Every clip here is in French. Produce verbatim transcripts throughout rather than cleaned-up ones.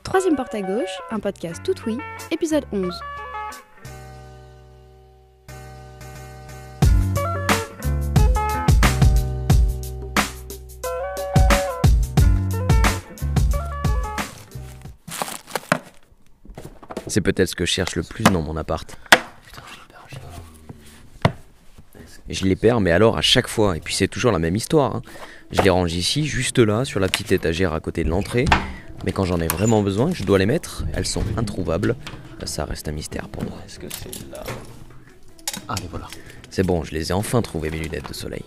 Troisième porte à gauche, un podcast tout oui, épisode onze. C'est peut-être ce que je cherche le plus dans mon appart. Je les perds, mais alors à chaque fois, et puis c'est toujours la même histoire. Hein. Je les range ici, juste là, sur la petite étagère à côté de l'entrée. Mais quand j'en ai vraiment besoin, je dois les mettre, elles sont introuvables. Ça reste un mystère pour moi. Est-ce que c'est là ? Ah, les voilà. C'est bon, je les ai enfin trouvées, mes lunettes de soleil.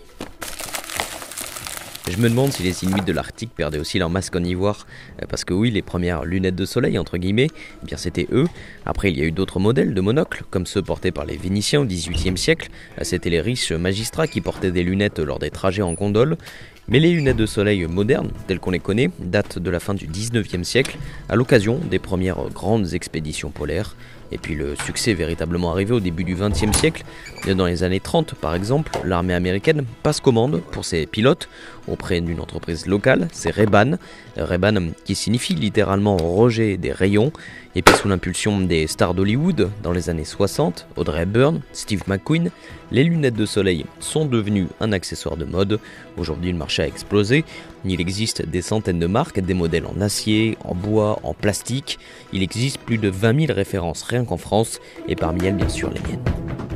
Je me demande si les Inuits de l'Arctique perdaient aussi leur masque en ivoire, parce que oui, les premières lunettes de soleil, entre guillemets, eh bien c'était eux. Après, il y a eu d'autres modèles de monocles, comme ceux portés par les Vénitiens au dix-huitième siècle. C'était les riches magistrats qui portaient des lunettes lors des trajets en gondole. Mais les lunettes de soleil modernes, telles qu'on les connaît, datent de la fin du dix-neuvième siècle, à l'occasion des premières grandes expéditions polaires. Et puis le succès est véritablement arrivé au début du vingtième siècle. Dans les années trente, par exemple, l'armée américaine passe commande pour ses pilotes auprès d'une entreprise locale, c'est Ray-Ban. Ray-Ban qui signifie littéralement rejet des rayons. Et puis sous l'impulsion des stars d'Hollywood, dans les années soixante, Audrey Hepburn, Steve McQueen, les lunettes de soleil sont devenues un accessoire de mode. Aujourd'hui, le marché a explosé. Il existe des centaines de marques, des modèles en acier, en bois, en plastique. Il existe plus de vingt mille références rien qu'en France, et parmi elles, bien sûr, les miennes.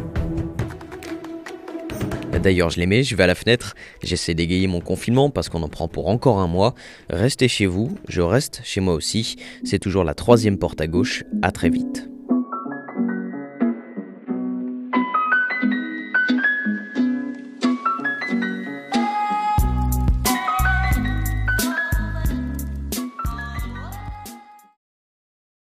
D'ailleurs, je les mets, je vais à la fenêtre, j'essaie d'égayer mon confinement parce qu'on en prend pour encore un mois. Restez chez vous, je reste chez moi aussi. C'est toujours la troisième porte à gauche, à très vite.